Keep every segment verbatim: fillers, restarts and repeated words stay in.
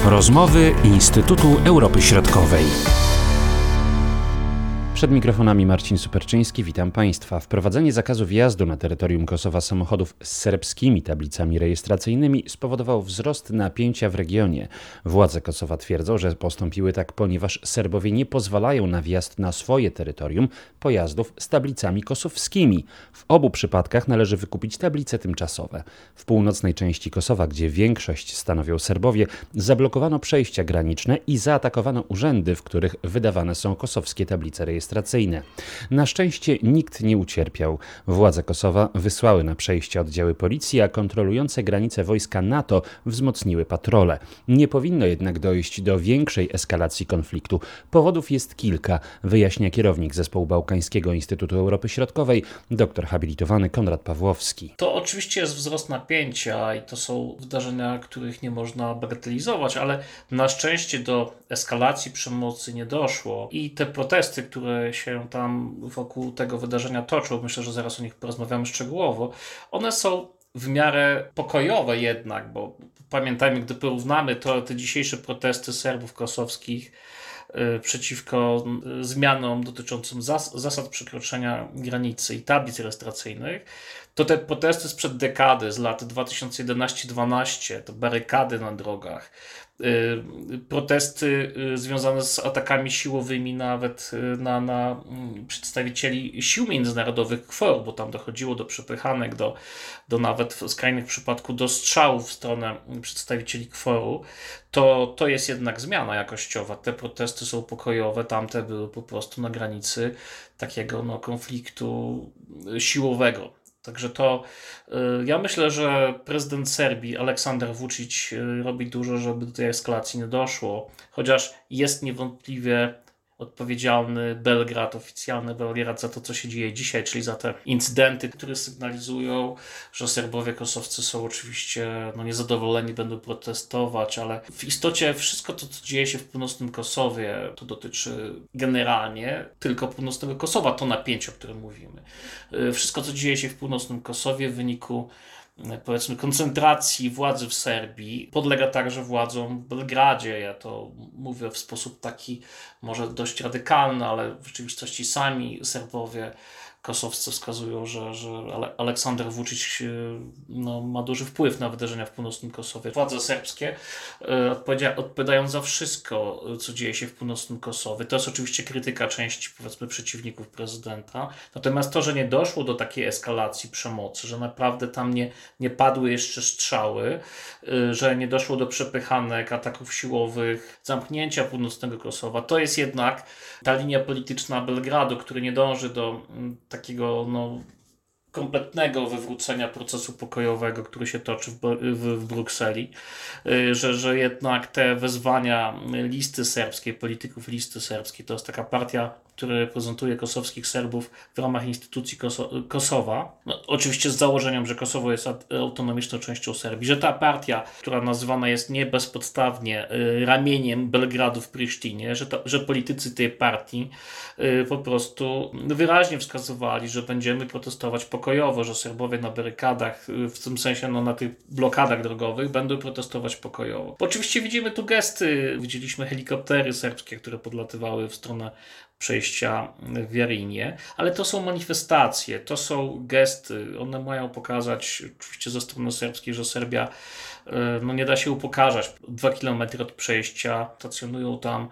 Rozmowy Instytutu Europy Środkowej. Przed mikrofonami Marcin Superczyński, witam Państwa. Wprowadzenie zakazu wjazdu na terytorium Kosowa samochodów z serbskimi tablicami rejestracyjnymi spowodowało wzrost napięcia w regionie. Władze Kosowa twierdzą, że postąpiły tak, ponieważ Serbowie nie pozwalają na wjazd na swoje terytorium pojazdów z tablicami kosowskimi. W obu przypadkach należy wykupić tablice tymczasowe. W północnej części Kosowa, gdzie większość stanowią Serbowie, zablokowano przejścia graniczne i zaatakowano urzędy, w których wydawane są kosowskie tablice rejestracyjne. Na szczęście nikt nie ucierpiał. Władze Kosowa wysłały na przejście oddziały policji, a kontrolujące granice wojska NATO wzmocniły patrole. Nie powinno jednak dojść do większej eskalacji konfliktu. Powodów jest kilka, wyjaśnia kierownik Zespołu Bałkańskiego Instytutu Europy Środkowej, doktor habilitowany Konrad Pawłowski. To oczywiście jest wzrost napięcia i to są wydarzenia, których nie można bagatelizować, ale na szczęście do eskalacji przemocy nie doszło i te protesty, które się tam wokół tego wydarzenia toczą, myślę, że zaraz o nich porozmawiamy szczegółowo, one są w miarę pokojowe jednak, bo pamiętajmy, gdy porównamy to te dzisiejsze protesty Serbów kosowskich y, przeciwko y, zmianom dotyczącym zas- zasad przekroczenia granicy i tablic rejestracyjnych, to te protesty sprzed dekady, z lat dwa tysiące jedenaście dwanaście, to barykady na drogach, protesty związane z atakami siłowymi nawet na, na przedstawicieli sił międzynarodowych K F O R, bo tam dochodziło do przepychanek, do, do nawet w skrajnych przypadku do strzałów w stronę przedstawicieli K F O R-u, to, to jest jednak zmiana jakościowa. Te protesty są pokojowe, tamte były po prostu na granicy takiego no, konfliktu siłowego. Także to ja myślę, że prezydent Serbii Aleksandar Vučić robi dużo, żeby do tej eskalacji nie doszło, chociaż jest niewątpliwie odpowiedzialny Belgrad, oficjalny Belgrad za to, co się dzieje dzisiaj, czyli za te incydenty, które sygnalizują, że Serbowie kosowscy są oczywiście no, niezadowoleni, będą protestować, ale w istocie wszystko to, co dzieje się w północnym Kosowie, to dotyczy generalnie tylko północnego Kosowa, to napięcie, o którym mówimy. Wszystko, co dzieje się w północnym Kosowie w wyniku powiedzmy koncentracji władzy w Serbii podlega także władzom w Belgradzie. Ja to mówię w sposób taki może dość radykalny, ale w rzeczywistości sami Serbowie kosowscy wskazują, że, że Aleksander Vučić no, ma duży wpływ na wydarzenia w północnym Kosowie. Władze serbskie odpowiada, odpowiadają za wszystko, co dzieje się w północnym Kosowie. To jest oczywiście krytyka części, powiedzmy, przeciwników prezydenta. Natomiast to, że nie doszło do takiej eskalacji przemocy, że naprawdę tam nie, nie padły jeszcze strzały, że nie doszło do przepychanek, ataków siłowych, zamknięcia północnego Kosowa, to jest jednak ta linia polityczna Belgradu, który nie dąży do takiego no, kompletnego wywrócenia procesu pokojowego, który się toczy w, w, w Brukseli, że, że jednak te wezwania listy serbskiej, polityków listy serbskiej, to jest taka partia, która reprezentuje kosowskich Serbów w ramach instytucji Koso- Kosowa. No, oczywiście z założeniem, że Kosowo jest autonomiczną częścią Serbii, że ta partia, która nazywana jest nie bezpodstawnie y, ramieniem Belgradu w Prysztinie, że, to, że politycy tej partii y, po prostu wyraźnie wskazywali, że będziemy protestować pokojowo, że Serbowie na barykadach, y, w tym sensie no, na tych blokadach drogowych będą protestować pokojowo. Oczywiście widzimy tu gesty, widzieliśmy helikoptery serbskie, które podlatywały w stronę przejścia w Jarinie, ale to są manifestacje, to są gesty, one mają pokazać oczywiście ze strony serbskiej, że Serbia no nie da się upokarzać. Dwa kilometry od przejścia stacjonują tam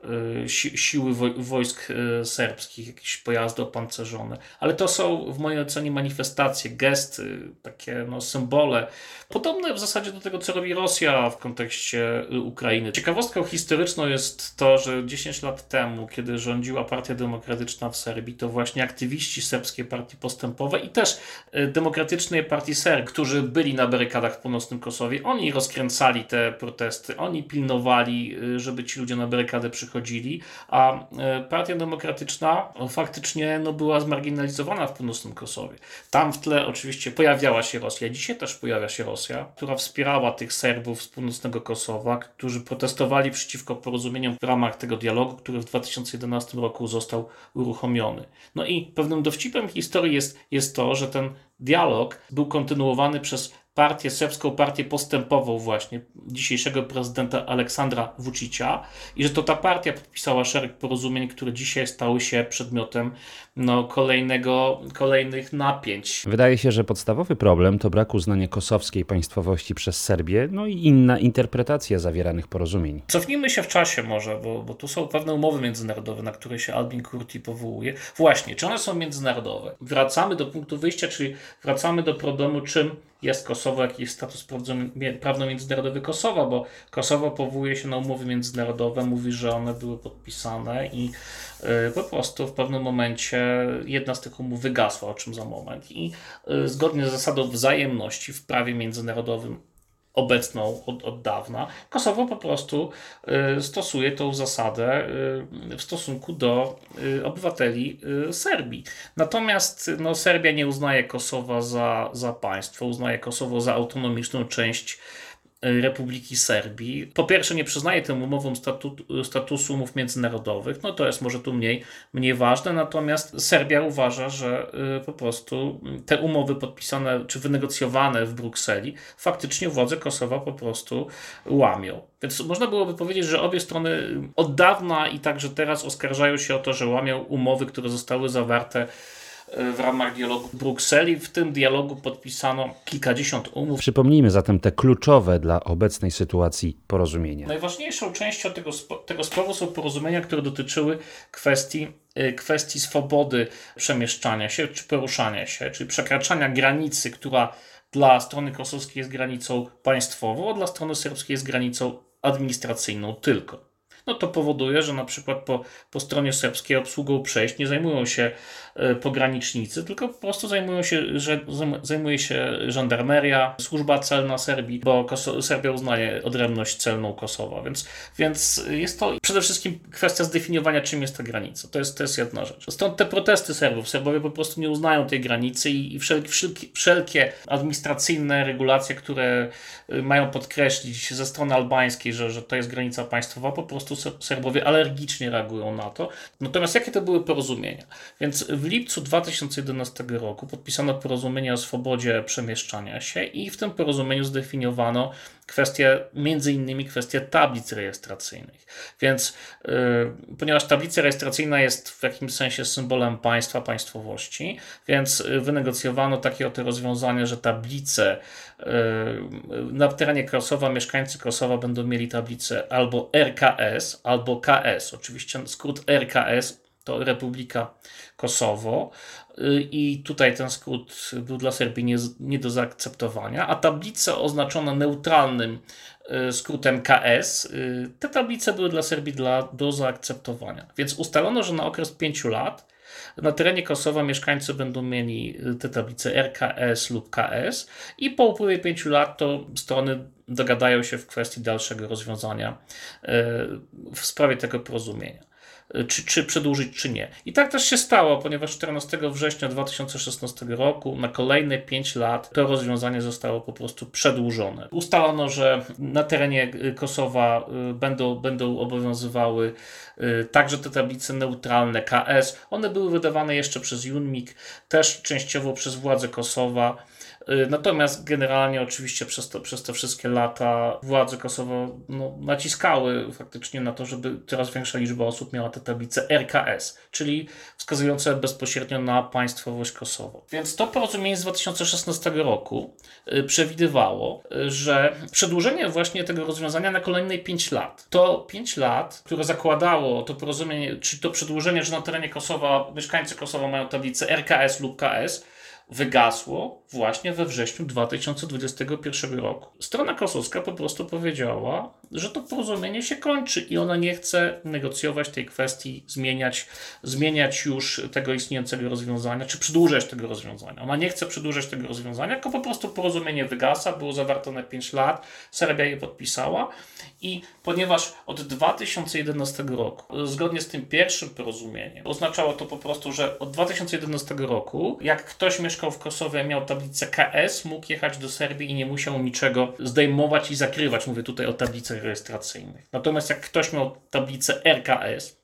si- siły woj- wojsk serbskich, jakieś pojazdy opancerzone, ale to są w mojej ocenie manifestacje, gesty, takie no, symbole, podobne w zasadzie do tego, co robi Rosja w kontekście Ukrainy. Ciekawostką historyczną jest to, że dziesięć lat temu, kiedy rządziła Partia Demokratyczna w Serbii, to właśnie aktywiści Serbskiej Partii Postępowej i też Demokratycznej Partii Serbii, którzy byli na barykadach w północnym Kosowie, oni rozkręcali te protesty, oni pilnowali, żeby ci ludzie na barykadę przychodzili, a Partia Demokratyczna faktycznie no, była zmarginalizowana w północnym Kosowie. Tam w tle oczywiście pojawiała się Rosja, dzisiaj też pojawia się Rosja, która wspierała tych Serbów z północnego Kosowa, którzy protestowali przeciwko porozumieniom w ramach tego dialogu, który w dwa tysiące jedenastym roku został uruchomiony. No i pewnym dowcipem historii jest, jest to, że ten dialog był kontynuowany przez partię, serbską partię postępową właśnie dzisiejszego prezydenta Aleksandra Vučića i że to ta partia podpisała szereg porozumień, które dzisiaj stały się przedmiotem no, kolejnego, kolejnych napięć. Wydaje się, że podstawowy problem to brak uznania kosowskiej państwowości przez Serbię, no i inna interpretacja zawieranych porozumień. Cofnijmy się w czasie może, bo, bo tu są pewne umowy międzynarodowe, na które się Albin Kurti powołuje. Właśnie, czy one są międzynarodowe? Wracamy do punktu wyjścia, czyli wracamy do problemu, czym jest Kosowo, jaki jest status prawno-międzynarodowy Kosowa, bo Kosowo powołuje się na umowy międzynarodowe, mówi, że one były podpisane i y, po prostu w pewnym momencie jedna z tych umów wygasła, o czym za moment. I y, zgodnie z zasadą wzajemności w prawie międzynarodowym obecną od, od dawna, Kosowo po prostu y, stosuje tą zasadę y, w stosunku do y, obywateli y, Serbii. Natomiast no, Serbia nie uznaje Kosowa za, za państwo, uznaje Kosowo za autonomiczną część Republiki Serbii. Po pierwsze nie przyznaje tym umowom statu, statusu umów międzynarodowych, no to jest może tu mniej, mniej ważne, natomiast Serbia uważa, że y, po prostu te umowy podpisane czy wynegocjowane w Brukseli faktycznie władze Kosowa po prostu łamią. Więc można byłoby powiedzieć, że obie strony od dawna i także teraz oskarżają się o to, że łamią umowy, które zostały zawarte w ramach dialogu w Brukseli. W tym dialogu podpisano kilkadziesiąt umów. Przypomnijmy zatem te kluczowe dla obecnej sytuacji porozumienia. Najważniejszą częścią tego, tego sporu są porozumienia, które dotyczyły kwestii, kwestii swobody przemieszczania się czy poruszania się, czyli przekraczania granicy, która dla strony kosowskiej jest granicą państwową, a dla strony serbskiej jest granicą administracyjną tylko. No to powoduje, że na przykład po, po stronie serbskiej obsługą przejść nie zajmują się y, pogranicznicy, tylko po prostu zajmują się, że, zajmuje się żandarmeria, służba celna Serbii, bo Koso- Serbia uznaje odrębność celną Kosowa, więc, więc jest to przede wszystkim kwestia zdefiniowania, czym jest ta granica. To jest, to jest jedna rzecz. Stąd te protesty Serbów. Serbowie po prostu nie uznają tej granicy i, i wszelkie, wszelkie, wszelkie administracyjne regulacje, które mają podkreślić ze strony albańskiej, że, że to jest granica państwowa, po prostu Serbowie alergicznie reagują na to. Natomiast jakie to były porozumienia? Więc w lipcu dwa tysiące jedenastego roku podpisano porozumienie o swobodzie przemieszczania się i w tym porozumieniu zdefiniowano kwestie, między innymi kwestie tablic rejestracyjnych. Więc yy, ponieważ tablica rejestracyjna jest w jakimś sensie symbolem państwa, państwowości, więc wynegocjowano takie oto rozwiązanie, że tablice yy, na terenie Kosowa, mieszkańcy Kosowa będą mieli tablicę albo R K S, albo K S. Oczywiście skrót R K S to Republika Kosowo i tutaj ten skrót był dla Serbii nie, nie do zaakceptowania, a tablice oznaczone neutralnym skrótem K S, te tablice były dla Serbii dla, do zaakceptowania. Więc ustalono, że na okres pięciu lat na terenie Kosowa mieszkańcy będą mieli te tablice R K S lub K S i po upływie pięciu lat to strony dogadają się w kwestii dalszego rozwiązania w sprawie tego porozumienia. Czy, czy przedłużyć, czy nie. I tak też się stało, ponieważ czternastego września dwa tysiące szesnastego roku na kolejne pięć lat to rozwiązanie zostało po prostu przedłużone. Ustalono, że na terenie Kosowa będą, będą obowiązywały także te tablice neutralne K S. One były wydawane jeszcze przez UNMIK, też częściowo przez władze Kosowa. Natomiast generalnie oczywiście przez, to, przez te wszystkie lata władze Kosowa no, naciskały faktycznie na to, żeby coraz większa liczba osób miała te tablice R K S, czyli wskazujące bezpośrednio na państwowość Kosowa. Więc to porozumienie z dwa tysiące szesnastego roku y, przewidywało, y, że przedłużenie właśnie tego rozwiązania na kolejne pięć lat. To pięć lat, które zakładało to porozumienie, czy to przedłużenie, że na terenie Kosowa mieszkańcy Kosowa mają tablicę R K S lub K S, wygasło właśnie we wrześniu dwa tysiące dwudziestego pierwszego roku. Strona kosowska po prostu powiedziała, że to porozumienie się kończy i ona nie chce negocjować tej kwestii, zmieniać, zmieniać już tego istniejącego rozwiązania, czy przedłużać tego rozwiązania. Ona nie chce przedłużać tego rozwiązania, tylko po prostu porozumienie wygasa, było zawarte na pięć lat, Serbia je podpisała i ponieważ od dwa tysiące jedenastego roku, zgodnie z tym pierwszym porozumieniem, oznaczało to po prostu, że od dwa tysiące jedenastego roku, jak ktoś mieszkał w Kosowie, miał tablicę K S, mógł jechać do Serbii i nie musiał niczego zdejmować i zakrywać. Mówię tutaj o tablicach rejestracyjnych. Natomiast jak ktoś miał tablicę R K S,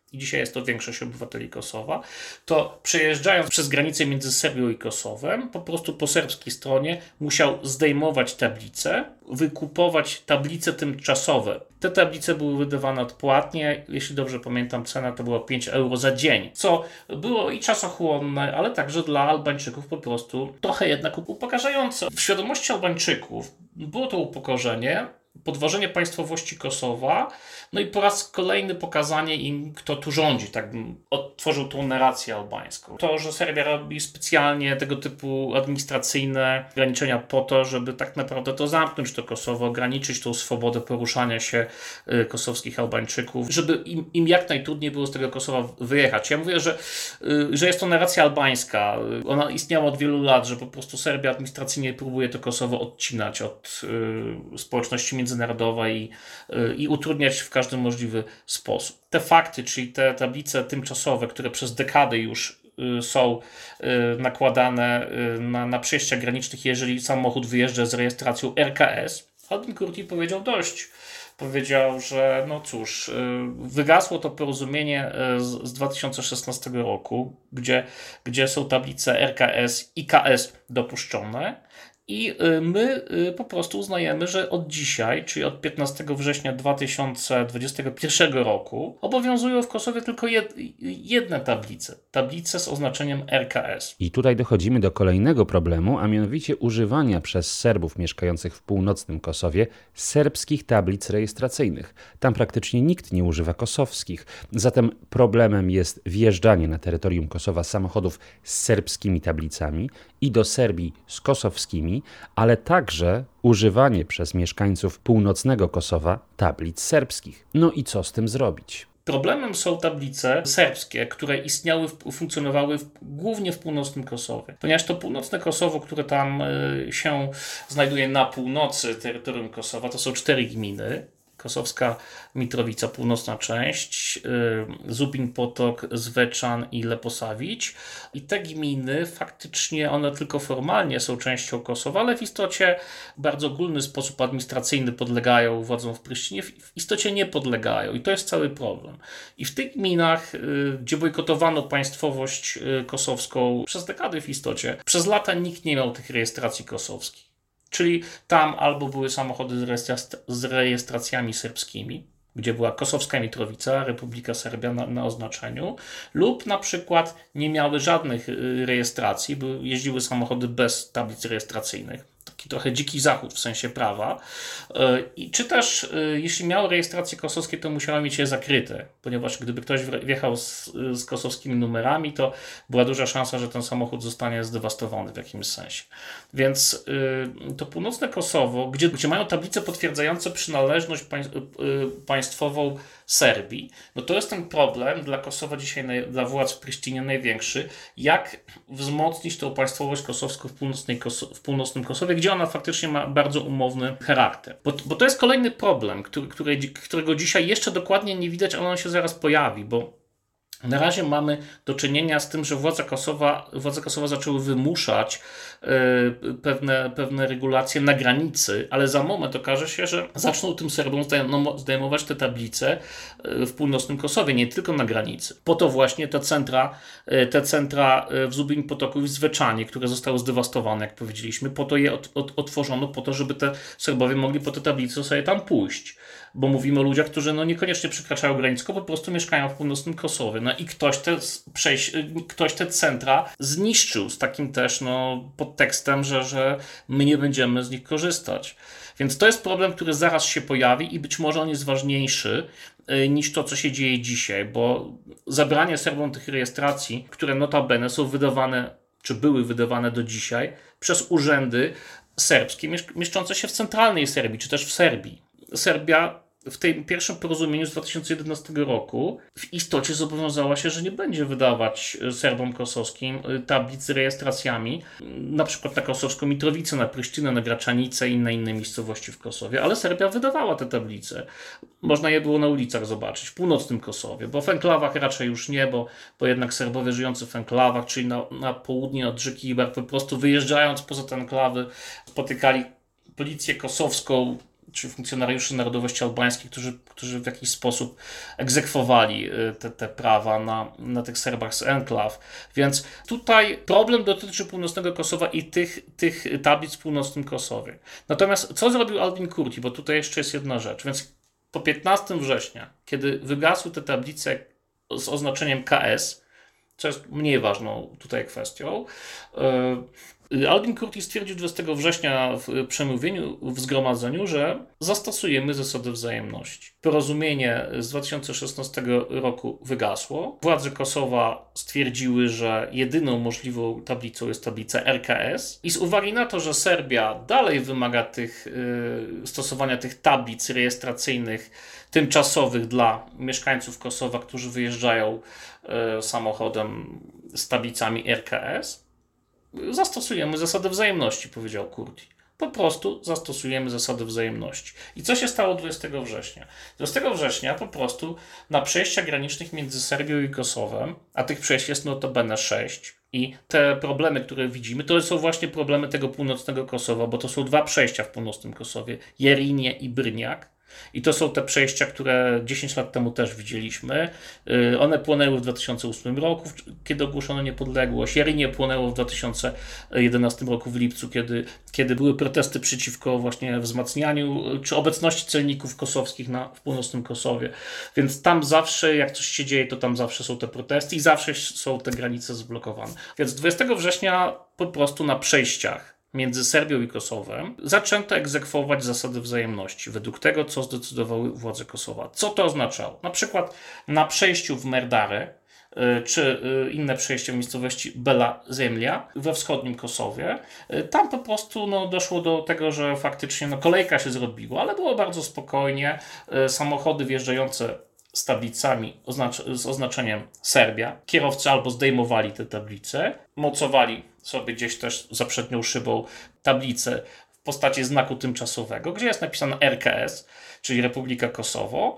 i dzisiaj jest to większość obywateli Kosowa, to przejeżdżając przez granicę między Serbią i Kosowem, po prostu po serbskiej stronie musiał zdejmować tablice, wykupować tablice tymczasowe. Te tablice były wydawane odpłatnie, jeśli dobrze pamiętam, cena to była pięć euro za dzień, co było i czasochłonne, ale także dla Albańczyków po prostu trochę jednak upokarzające. W świadomości Albańczyków było to upokorzenie, podważenie państwowości Kosowa, no i po raz kolejny pokazanie im, kto tu rządzi, tak bym odtworzył tą narrację albańską. To, że Serbia robi specjalnie tego typu administracyjne ograniczenia po to, żeby tak naprawdę to zamknąć to Kosowo, ograniczyć tą swobodę poruszania się y, kosowskich Albańczyków, żeby im, im jak najtrudniej było z tego Kosowa wyjechać. Ja mówię, że, y, że jest to narracja albańska. Ona istniała od wielu lat, że po prostu Serbia administracyjnie próbuje to Kosowo odcinać od y, społeczności międzynarodowej i, y, i utrudniać w każdy możliwy sposób. Te fakty, czyli te tablice tymczasowe, które przez dekady już y, są y, nakładane y, na, na przejściach granicznych, jeżeli samochód wyjeżdża z rejestracją R K S, Albin Kurti powiedział dość. Powiedział, że no cóż, y, wygasło to porozumienie y, z, z dwa tysiące szesnastego roku, gdzie, gdzie są tablice R K S i K S dopuszczone. I my po prostu uznajemy, że od dzisiaj, czyli od piętnastego września dwa tysiące dwudziestego pierwszego roku, obowiązują w Kosowie tylko jed, jedne tablice. Tablice z oznaczeniem R K S. I tutaj dochodzimy do kolejnego problemu, a mianowicie używania przez Serbów mieszkających w północnym Kosowie serbskich tablic rejestracyjnych. Tam praktycznie nikt nie używa kosowskich. Zatem problemem jest wjeżdżanie na terytorium Kosowa samochodów z serbskimi tablicami i do Serbii z kosowskimi, ale także używanie przez mieszkańców północnego Kosowa tablic serbskich. No i co z tym zrobić? Problemem są tablice serbskie, które istniały, funkcjonowały w, głównie w północnym Kosowie. Ponieważ to północne Kosowo, które tam y, się znajduje na północy terytorium Kosowa, to są cztery gminy. Kosowska Mitrowica, północna część, Zubin Potok, Zweczan i Leposawić. I te gminy faktycznie, one tylko formalnie są częścią Kosowa, ale w istocie w bardzo ogólny sposób administracyjny podlegają władzom w Pryszcinie, w istocie nie podlegają. I to jest cały problem. I w tych gminach, gdzie bojkotowano państwowość kosowską przez dekady w istocie, przez lata nikt nie miał tych rejestracji kosowskich. Czyli tam albo były samochody z, rejestrac- z rejestracjami serbskimi, gdzie była Kosowska Mitrowica, Republika Serbia na, na oznaczeniu, lub na przykład nie miały żadnych rejestracji, bo jeździły samochody bez tablic rejestracyjnych. Taki trochę dziki zachód w sensie prawa. I czy też, jeśli miały rejestracje kosowskie, to musiały mieć je zakryte, ponieważ gdyby ktoś wjechał z, z kosowskimi numerami, to była duża szansa, że ten samochód zostanie zdewastowany w jakimś sensie. Więc to północne Kosowo, gdzie, gdzie mają tablice potwierdzające przynależność pań, państwową Serbii, no to jest ten problem dla Kosowa dzisiaj, dla władz w Pryszcinie największy, jak wzmocnić tą państwowość kosowską w, północnej Koso- w północnym Kosowie, gdzie ona faktycznie ma bardzo umowny charakter. Bo, bo to jest kolejny problem, który, który, którego dzisiaj jeszcze dokładnie nie widać, ale on się zaraz pojawi, bo na razie mamy do czynienia z tym, że władze Kosowa, władze Kosowa zaczęły wymuszać yy, pewne, pewne regulacje na granicy, ale za moment okaże się, że zaczną tym Serbom zdejmować te tablice yy, w północnym Kosowie, nie tylko na granicy. Po to właśnie te centra, yy, te centra w Zubin Potoku i w Zweczanie, które zostały zdewastowane, jak powiedzieliśmy, po to je od, od, otworzono, po to, żeby te Serbowie mogli po te tablice sobie tam pójść. Bo mówimy o ludziach, którzy no niekoniecznie przekraczają granicę, tylko po prostu mieszkają w północnym Kosowie. No i ktoś te, przejść, ktoś te centra zniszczył z takim też no, podtekstem, że, że my nie będziemy z nich korzystać. Więc to jest problem, który zaraz się pojawi i być może on jest ważniejszy niż to, co się dzieje dzisiaj, bo zabranie Serbom tych rejestracji, które notabene są wydawane, czy były wydawane do dzisiaj przez urzędy serbskie mieszczące się w centralnej Serbii, czy też w Serbii. Serbia w tym pierwszym porozumieniu z dwa tysiące jedenastego roku w istocie zobowiązała się, że nie będzie wydawać Serbom kosowskim tablic z rejestracjami, na przykład na kosowską Mitrowicę, na Pryszczynę, na Graczanicę i na inne miejscowości w Kosowie, ale Serbia wydawała te tablice. Można je było na ulicach zobaczyć, w północnym Kosowie, bo w enklawach raczej już nie, bo, bo jednak Serbowie żyjący w enklawach, czyli na, na południe od rzeki Ibar, po prostu wyjeżdżając poza te enklawy, spotykali policję kosowską czy funkcjonariuszy narodowości albańskiej, którzy, którzy w jakiś sposób egzekwowali te, te prawa na, na tych Serbach z enklaw. Więc tutaj problem dotyczy północnego Kosowa i tych, tych tablic w północnym Kosowie. Natomiast co zrobił Albin Kurti? Bo tutaj jeszcze jest jedna rzecz. Więc po piętnastego września, kiedy wygasły te tablice z oznaczeniem K S, co jest mniej ważną tutaj kwestią, Albin Kurti stwierdził dwudziestego września w przemówieniu w zgromadzeniu, że zastosujemy zasady wzajemności. Porozumienie z dwa tysiące szesnastego roku wygasło. Władze Kosowa stwierdziły, że jedyną możliwą tablicą jest tablica R K S i z uwagi na to, że Serbia dalej wymaga tych, yy, stosowania tych tablic rejestracyjnych tymczasowych dla mieszkańców Kosowa, którzy wyjeżdżają yy, samochodem z tablicami R K S, zastosujemy zasadę wzajemności, powiedział Kurti. Po prostu zastosujemy zasadę wzajemności. I co się stało dwudziestego września? dwudziestego września po prostu na przejściach granicznych między Serbią i Kosowem, a tych przejść jest notabene sześć, i te problemy, które widzimy, to są właśnie problemy tego północnego Kosowa, bo to są dwa przejścia w północnym Kosowie, Jerinie i Brniak. I to są te przejścia, które dziesięć lat temu też widzieliśmy. One płonęły w dwa tysiące ósmym roku, kiedy ogłoszono niepodległość. Jerinie płonęło w dwa tysiące jedenastym roku w lipcu, kiedy, kiedy były protesty przeciwko właśnie wzmacnianiu czy obecności celników kosowskich na, w północnym Kosowie. Więc tam zawsze, jak coś się dzieje, to tam zawsze są te protesty i zawsze są te granice zablokowane. Więc dwudziestego września po prostu na przejściach między Serbią i Kosowem zaczęto egzekwować zasady wzajemności według tego, co zdecydowały władze Kosowa. Co to oznaczało? Na przykład na przejściu w Merdare czy inne przejście w miejscowości Bela Zemlja we wschodnim Kosowie. Tam po prostu no, doszło do tego, że faktycznie no, kolejka się zrobiła, ale było bardzo spokojnie. Samochody wjeżdżające z tablicami oznacz- z oznaczeniem Serbia. Kierowcy albo zdejmowali te tablice, mocowali sobie gdzieś też za przednią szybą tablicę w postaci znaku tymczasowego, gdzie jest napisane R K S, czyli Republika Kosowo,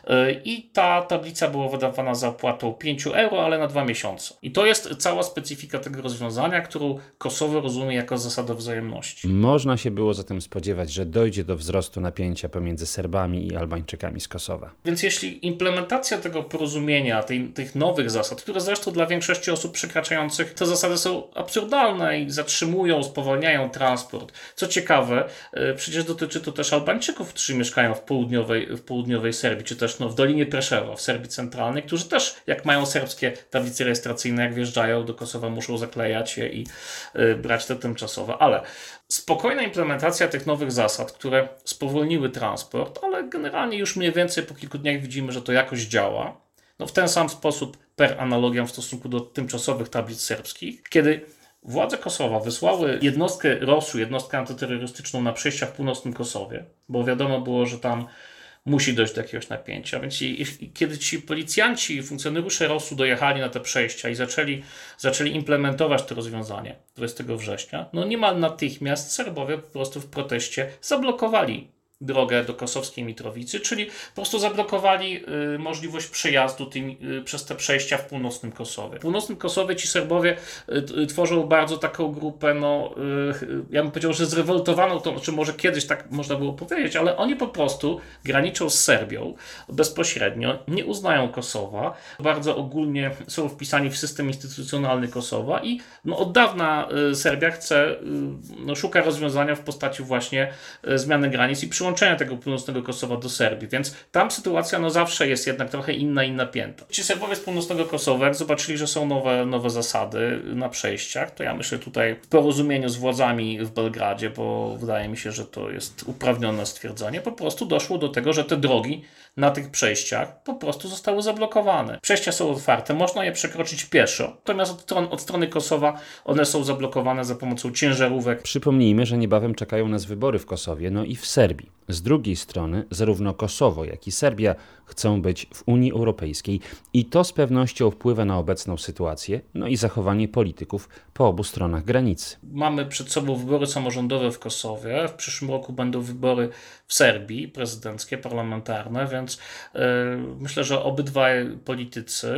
i ta tablica była wydawana za opłatą pięć euro, ale na dwa miesiące. I to jest cała specyfika tego rozwiązania, którą Kosowo rozumie jako zasadę wzajemności. Można się było zatem spodziewać, że dojdzie do wzrostu napięcia pomiędzy Serbami i Albańczykami z Kosowa. Więc jeśli implementacja tego porozumienia, tej, tych nowych zasad, które zresztą dla większości osób przekraczających te zasady są absurdalne i zatrzymują, spowalniają transport. Co ciekawe, przecież dotyczy to też Albańczyków, którzy mieszkają w południowej, w południowej Serbii, czy też no, w Dolinie Preszewa, w Serbii Centralnej, którzy też, jak mają serbskie tablice rejestracyjne, jak wjeżdżają do Kosowa, muszą zaklejać je i y, brać te tymczasowe. Ale spokojna implementacja tych nowych zasad, które spowolniły transport, ale generalnie już mniej więcej po kilku dniach widzimy, że to jakoś działa. No, w ten sam sposób per analogiam w stosunku do tymczasowych tablic serbskich, kiedy władze Kosowa wysłały jednostkę rosu, jednostkę antyterrorystyczną na przejściach w północnym Kosowie, bo wiadomo było, że tam musi dojść do jakiegoś napięcia. Więc i, i, kiedy ci policjanci, funkcjonariusze rosu dojechali na te przejścia i zaczęli, zaczęli implementować to rozwiązanie dwudziestego września, no niemal natychmiast Serbowie po prostu w proteście zablokowali drogę do kosowskiej Mitrowicy, czyli po prostu zablokowali y, możliwość przejazdu tymi, y, przez te przejścia w północnym Kosowie. W północnym Kosowie ci Serbowie y, y, tworzą bardzo taką grupę, no y, ja bym powiedział, że zrewoltowaną, to czy może kiedyś tak można było powiedzieć, ale oni po prostu graniczą z Serbią bezpośrednio, nie uznają Kosowa, bardzo ogólnie są wpisani w system instytucjonalny Kosowa i no, od dawna y, Serbia chce, y, no, szuka rozwiązania w postaci właśnie y, zmiany granic i przyłączenia tego północnego Kosowa do Serbii, więc tam sytuacja no zawsze jest jednak trochę inna i napięta. Ci Serbowie z północnego Kosowa, jak zobaczyli, że są nowe, nowe zasady na przejściach, to ja myślę tutaj w porozumieniu z władzami w Belgradzie, bo wydaje mi się, że to jest uprawnione stwierdzenie, po prostu doszło do tego, że te drogi na tych przejściach po prostu zostały zablokowane. Przejścia są otwarte, można je przekroczyć pieszo, natomiast od, stron, od strony Kosowa one są zablokowane za pomocą ciężarówek. Przypomnijmy, że niebawem czekają nas wybory w Kosowie, no i w Serbii. Z drugiej strony zarówno Kosowo, jak i Serbia chcą być w Unii Europejskiej i to z pewnością wpływa na obecną sytuację, no i zachowanie polityków po obu stronach granicy. Mamy przed sobą wybory samorządowe w Kosowie, w przyszłym roku będą wybory w Serbii, prezydenckie, parlamentarne, więc yy, myślę, że obydwaj politycy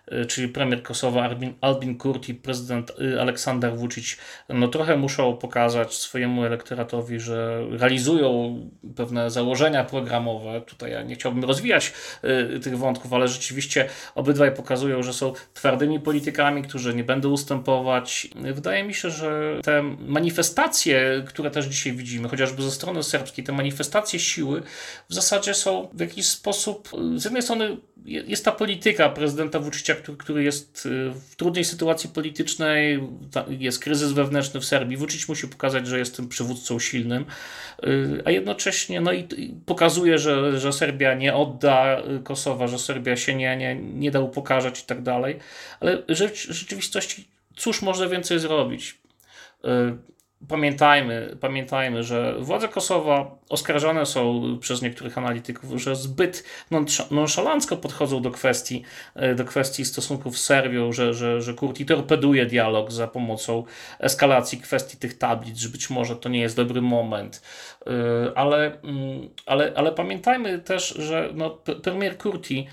czyli premier Kosowa Albin, Albin Kurti, prezydent Aleksander Vučić, no trochę muszą pokazać swojemu elektoratowi, że realizują pewne założenia programowe. Tutaj ja nie chciałbym rozwijać y, tych wątków, ale rzeczywiście obydwaj pokazują, że są twardymi politykami, którzy nie będą ustępować. Wydaje mi się, że te manifestacje, które też dzisiaj widzimy, chociażby ze strony serbskiej, te manifestacje siły w zasadzie są w jakiś sposób, z jednej strony jest ta polityka prezydenta Vučića, który, który jest w trudnej sytuacji politycznej, jest kryzys wewnętrzny w Serbii. Vučić musi pokazać, że jest tym przywódcą silnym, a jednocześnie no i pokazuje, że, że Serbia nie odda Kosowa, że Serbia się nie, nie, nie da upokarzać i tak dalej, ale w rzeczywistości cóż może więcej zrobić? Pamiętajmy, pamiętajmy, że władze Kosowa oskarżane są przez niektórych analityków, że zbyt nonszalancko podchodzą do kwestii, do kwestii stosunków z Serbią, że, że, że Kurti torpeduje dialog za pomocą eskalacji kwestii tych tablic, że być może to nie jest dobry moment. Ale, ale, ale pamiętajmy też, że no, premier Kurti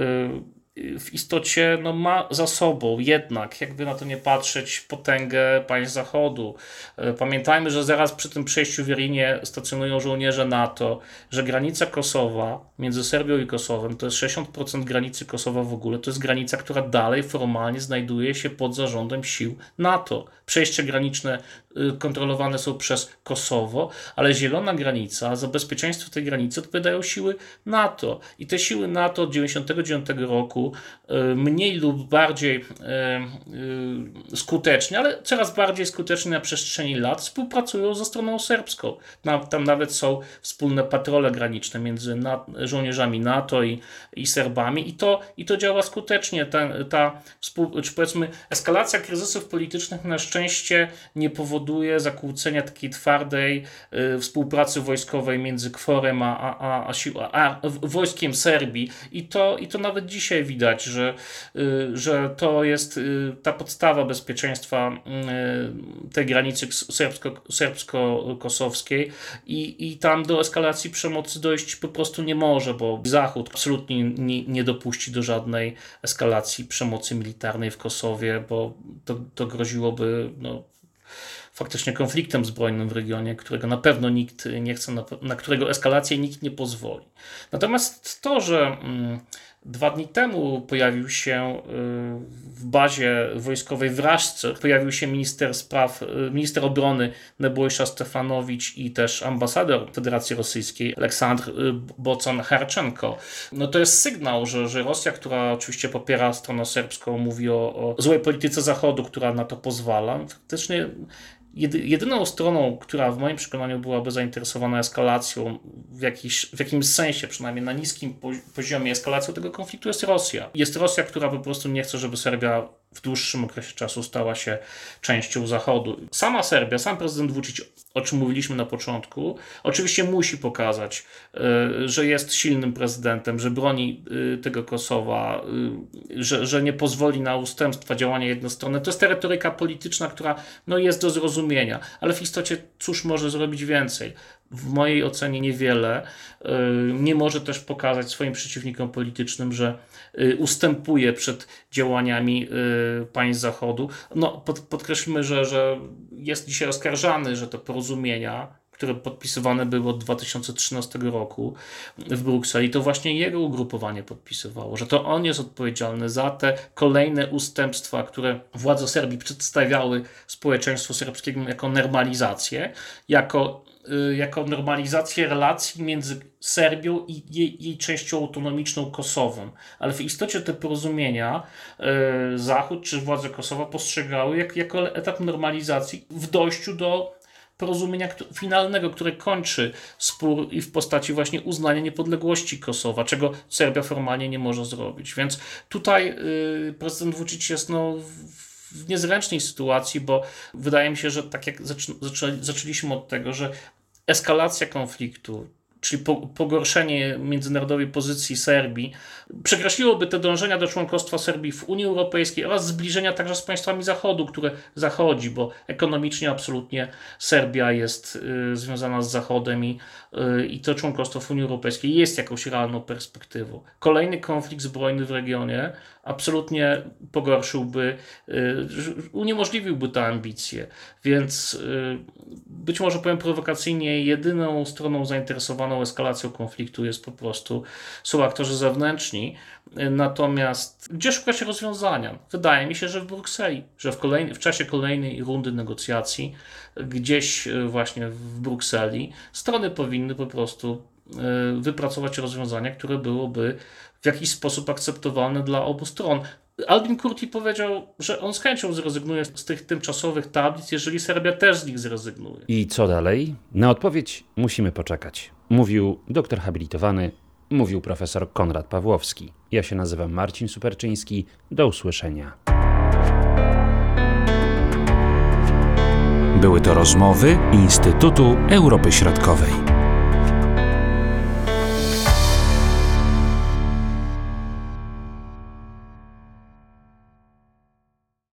w istocie no, ma za sobą jednak, jakby na to nie patrzeć, potęgę państw Zachodu. Pamiętajmy, że zaraz przy tym przejściu w Wielinie stacjonują żołnierze NATO, że granica Kosowa między Serbią i Kosowem to jest sześćdziesiąt procent granicy Kosowa w ogóle. To jest granica, która dalej formalnie znajduje się pod zarządem sił NATO. Przejścia graniczne kontrolowane są przez Kosowo, ale zielona granica, za bezpieczeństwo tej granicy odpowiadają siły NATO. I te siły NATO od tysiąc dziewięćset dziewięćdziesiątego dziewiątego roku mniej lub bardziej skutecznie, ale coraz bardziej skutecznie na przestrzeni lat współpracują ze stroną serbską. Tam nawet są wspólne patrole graniczne między żołnierzami NATO i, i Serbami i to, i to działa skutecznie. Ta, ta współ, czy powiedzmy eskalacja kryzysów politycznych na szczęście nie powoduje zakłócenia takiej twardej y, współpracy wojskowej między KFOR-em a, a, a, a, sił, a, a wojskiem Serbii i to, i to nawet dzisiaj widać, że, y, że to jest y, ta podstawa bezpieczeństwa y, tej granicy serbsko, serbsko-kosowskiej i, i tam do eskalacji przemocy dojść po prostu nie może, bo Zachód absolutnie nie, nie dopuści do żadnej eskalacji przemocy militarnej w Kosowie, bo to, to groziłoby no, faktycznie konfliktem zbrojnym w regionie, którego na pewno nikt nie chce, na, na którego eskalację nikt nie pozwoli. Natomiast to, że mm, dwa dni temu pojawił się y, w bazie wojskowej w Raszce, pojawił się minister spraw, y, minister obrony Nebojša Stefanowicz i też ambasador Federacji Rosyjskiej Aleksandr y, Bocan-Harczenko. No to jest sygnał, że, że Rosja, która oczywiście popiera stronę serbską, mówi o, o złej polityce Zachodu, która na to pozwala. Faktycznie jedyną stroną, która w moim przekonaniu byłaby zainteresowana eskalacją w, jakiś, w jakimś sensie, przynajmniej na niskim poziomie eskalacją tego konfliktu jest Rosja. Jest Rosja, która po prostu nie chce, żeby Serbia w dłuższym okresie czasu stała się częścią Zachodu. Sama Serbia, sam prezydent Vučić, o czym mówiliśmy na początku, oczywiście musi pokazać, że jest silnym prezydentem, że broni tego Kosowa, że, że nie pozwoli na ustępstwa, działania jednostronne. To jest ta retoryka polityczna, która no, jest do zrozumienia, ale w istocie cóż może zrobić więcej? W mojej ocenie niewiele. Nie może też pokazać swoim przeciwnikom politycznym, że ustępuje przed działaniami państw Zachodu. No, pod, podkreślmy, że, że jest dzisiaj oskarżany, że te porozumienia, które podpisywane były od dwa tysiące trzynastego roku w Brukseli, to właśnie jego ugrupowanie podpisywało, że to on jest odpowiedzialny za te kolejne ustępstwa, które władze Serbii przedstawiały społeczeństwu serbskiemu jako normalizację, jako jako normalizację relacji między Serbią i jej, jej częścią autonomiczną Kosowem. Ale w istocie te porozumienia yy, Zachód czy władze Kosowa postrzegały jak, jako etap normalizacji w dojściu do porozumienia finalnego, które kończy spór i w postaci właśnie uznania niepodległości Kosowa, czego Serbia formalnie nie może zrobić. Więc tutaj yy, prezydent Vučić jest no, w niezręcznej sytuacji, bo wydaje mi się, że tak jak zaczę, zaczę, zaczęliśmy od tego, że eskalacja konfliktu, czyli po, pogorszenie międzynarodowej pozycji Serbii, przekreśliłoby te dążenia do członkostwa Serbii w Unii Europejskiej oraz zbliżenia także z państwami Zachodu, które zachodzi, bo ekonomicznie absolutnie Serbia jest y, związana z Zachodem i, y, i to członkostwo w Unii Europejskiej jest jakąś realną perspektywą. Kolejny konflikt zbrojny w regionie absolutnie pogorszyłby, uniemożliwiłby tę ambicję. Więc być może powiem prowokacyjnie, jedyną stroną zainteresowaną eskalacją konfliktu jest po prostu są aktorzy zewnętrzni. Natomiast gdzie szukać rozwiązania? Wydaje mi się, że w Brukseli, że w, kolejny, w czasie kolejnej rundy negocjacji, gdzieś właśnie w Brukseli, strony powinny po prostu wypracować rozwiązania, które byłoby w jakiś sposób akceptowalne dla obu stron. Albin Kurti powiedział, że on z chęcią zrezygnuje z tych tymczasowych tablic, jeżeli Serbia też z nich zrezygnuje. I co dalej? Na odpowiedź musimy poczekać. Mówił doktor habilitowany, mówił profesor Konrad Pawłowski. Ja się nazywam Marcin Superczyński. Do usłyszenia. Były to rozmowy Instytutu Europy Środkowej.